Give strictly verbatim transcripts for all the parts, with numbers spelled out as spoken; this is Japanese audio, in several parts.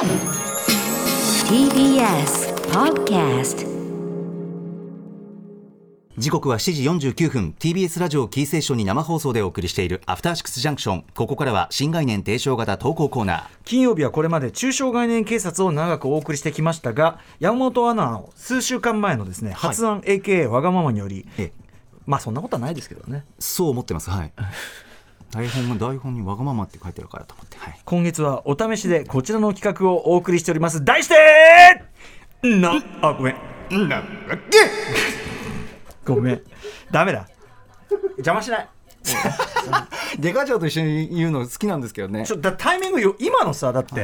ティービーエス Podcast。 時刻はしちじよんじゅうきゅうふん。 ティービーエス ラジオキーステーションに生放送でお送りしているアフターシックスジャンクション。ここからは新概念提唱型投稿コーナー。 金曜日はこれまで中小概念警察を長くお送りしてきましたが、山本アナの数週間前のですね、はい、発案 エーケーエー わがままにより、えまあそんなことはないですけどね。 そう思ってます。はい台本が台本にわがままって書いてあるからと思って、はい、 今月はお試しでこちらの企画をお送りしております。題してなあごめんなごめんダメだ邪魔しないデカ長と一緒に言うの好きなんですけどね。 ちょだタイミングよ今のさだって、はい、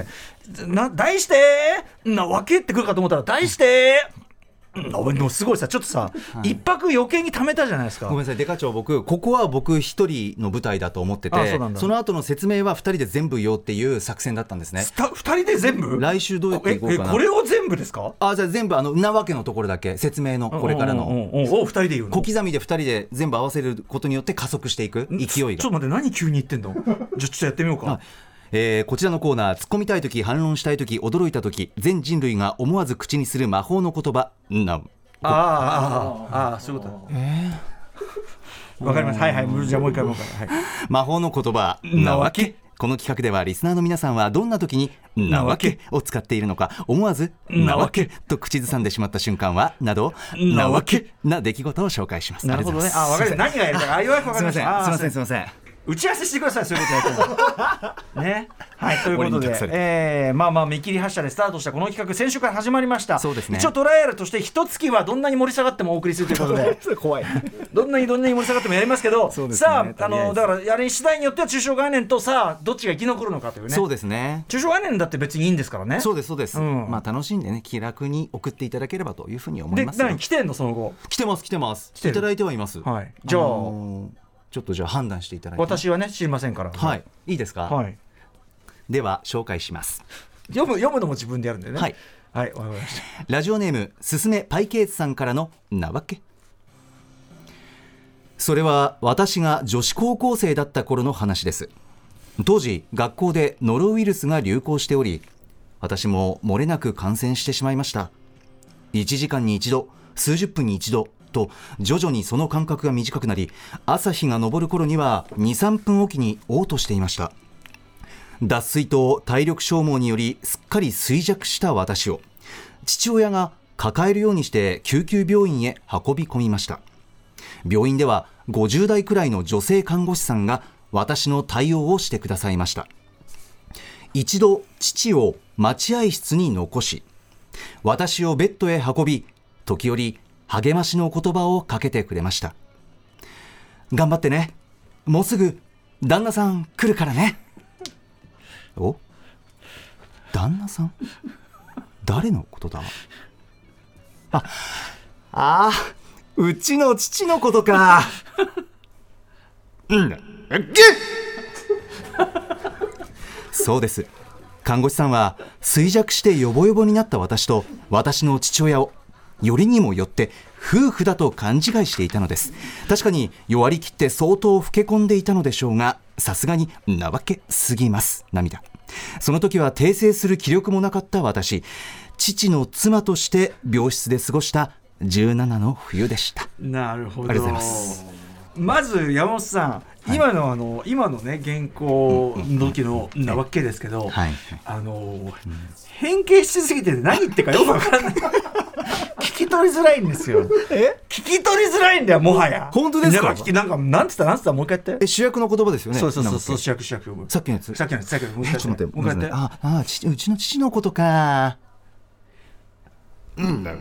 な題してなわけってくるかと思ったら題してでもすごいさちょっとさ、はい、一泊余計に貯めたじゃないですか。 ごめんなさいデカ長、僕ここは僕一人の舞台だと思ってて、 そ, その後の説明はふたりで全部言おうっていう作戦だったんですね。 ふたりで全部来週どうやっていこうかな。 ええこれを全部ですか。 あじゃあ全部あのなわけのところだけ説明のこれからのをふたりで言うの。 小刻みでふたりで全部合わせることによって加速していく勢いが。ちょっと待って何急に言ってんのじゃあちょっとやってみようか。 えー、こちらのコーナー、突っ込みたいとき反論したいとき驚いたとき全人類が思わず口にする魔法の言葉なああああそういうことだ。えー、わかります。はいはいじゃあもう一回もう一回、はい、 魔法の言葉なわけ。この企画ではリスナーの皆さんはどんな時になわけを使っているのか、思わずなわけと口ずさんでしまった瞬間はなどなわけな出来事を紹介します。 なるほどね。あ分かる。何がやるかあようやく分かりました。 すいませんすいません打ち合わせしてください。そういうことやってね。はいということで、えー、まあまあ見切り発車でスタートしたこの企画先週から始まりました。 そうですね。 一応トライアルとして一月はどんなに盛り下がってもお送りするということで怖いどんなにどんなに盛り下がってもやりますけどそうですね、 さああのだからやり次第によっては中小概念とさあどっちが生き残るのかというね。 そうですね。 中小概念だって別にいいんですからね。 そうですそうです、うん、まあ楽しんでね気楽に送っていただければというふうに思いますよ。 で何来てんのその後。 来てます来てますいただいてはいます。 はいじゃあ、あのーちょっとじゃあ判断していただいて。 私はね知りませんから。 はいいいですか。 はい、 では紹介します。 読む読むのも自分でやるんだよね。 はいはいわかりました。 ラジオネームすすめパイケーツさんからのなわけ。それは私が女子高校生だった頃の話です。当時学校でノロウイルスが流行しており、私も漏れなく感染してしまいました。いちじかんに一度数十分に一度と徐々にその間隔が短くなり、朝日が昇る頃には にさんぷんおきに嘔吐していました。脱水と体力消耗によりすっかり衰弱した私を父親が抱えるようにして救急病院へ運び込みました。病院ではごじゅう代くらいの女性看護師さんが私の対応をしてくださいました。一度父を待合室に残し私をベッドへ運び、時折励ましの言葉をかけてくれました。頑張ってね、もうすぐ旦那さん来るからね。お旦那さん誰のことだ。ああうちの父のことかうんそうです。看護師さんは衰弱してヨボヨボになった私と私の父親をよりにもよって夫婦だと勘違いしていたのです。確かに弱り切って相当老け込んでいたのでしょうが、さすがになわけすぎます。涙。その時は訂正する気力もなかった私、父の妻として病室で過ごしたじゅうななの冬でした。 なるほど。 ありがとうございます。 まず山本さん、はい、今のあの今のね原稿の時のなわけですけど、はい、あの、うん、変形しすぎて何言ってるかよくわからない聞き取りづらいんですよ。え聞き取りづらいんだよもはや。 本当ですか。 なんかなんかなんつったなんつったもう一回やって。 え主役の言葉ですよね。 そうそうそうそう主役主役さっきのやつさっきのやつさっきのやつもう一回やって。 ちょっと待ってもう一回やって。 ああうちの父のことか。うんだ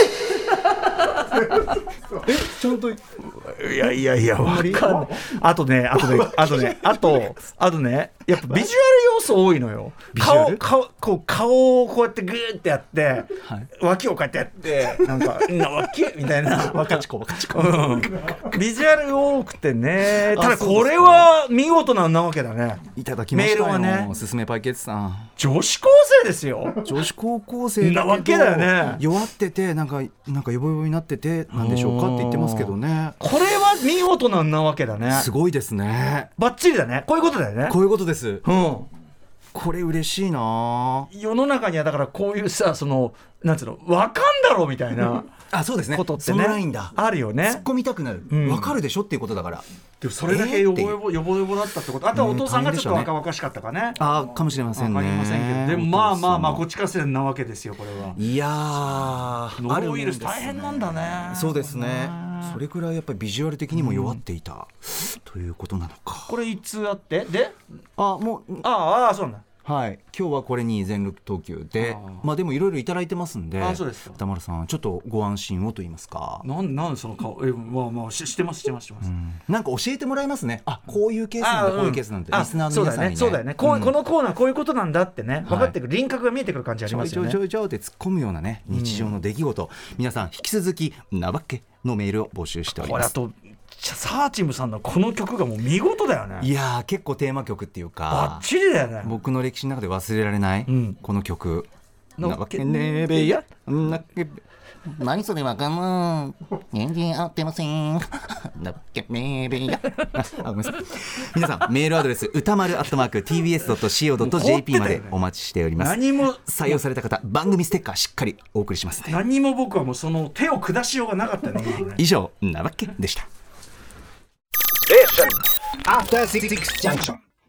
えちゃんといやいやいやわかんない。あとねあとねあとねあとあとねやっぱビジュアル要素多いのよ。顔顔こう顔をこうやってグーってやって、はい、脇をこうやってやってなんかな脇みたいな若ちこ若ちこ、 うん、ビジュアル多くてね。ただこれは見事ななわけだね。 いただきましたよ。 メールはねすすめパイケツさん女子高生ですよ。 女子高校生だけどなわけだよね。 弱っててなんかなんかヨボヨボになっててなんでしょうかって言ってますけどね。 これは見事ななわけだね。 すごいですね。 バッチリだね。こういうことだよね。 こういうことです。 うんこれ嬉しいな。 世の中にはだからこういうさ、そのなんつうの、分かんだろうみたいなあ、そうですね、 ことってね、 そのラインだ、 あるよね。 突っ込みたくなる、 うん、 分かるでしょっていうことだから。 でもそれだけよぼよぼ、よぼよぼだったってこと。あとはお父さんがちょっと若々しかったかね、 あかもしれませんね。 わかりませんけど、でもまあまあまあこっちからせんなわけですよこれは。 いやー、 ノロウイルス大変なんだね。 そうですね、それくらいやっぱりビジュアル的にも弱っていた、うん、ということなのか。 これいつあってで、 あもうああそうなんだ。 はい、今日はこれに全力投球で、あ、まあ、でもいろいろいただいてますんで、 あ、そうですか。 歌丸さんちょっとご安心をと言いますか。 なんなんその顔、え、まあまあししてますしてますしてます、うん、 なんか教えてもらいますね。あ、こういうケースなんだ、こういうケースなんだ、リスナーの皆さんにね、 そうだよね、そうだよね、こう、うん、このコーナーこういうことなんだってね、分かってくる、輪郭が見えてくる感じありますよね。 ちょいちょいちょいって突っ込むようなね、日常の出来事、うん、皆さん引き続きなばっけのメールを募集しております。 これあとサーチムさんのこの曲がもう見事だよね。 いやー、結構テーマ曲っていうかバッチリだよね。 僕の歴史の中で忘れられない、うん、この曲。なわけねえべやなけ何それわかんない。全然合ってません。なわけねえべや。 あ、ごめんなさい。皆さんメールアドレス歌丸アットマーク ティービーエスドットシーオードットジェーピー までお待ちしております。 何も採用された方、番組ステッカーしっかりお送りしますね。 何も僕はもうその手を下しようがなかったね。 以上なわけでした。 After Six Junction.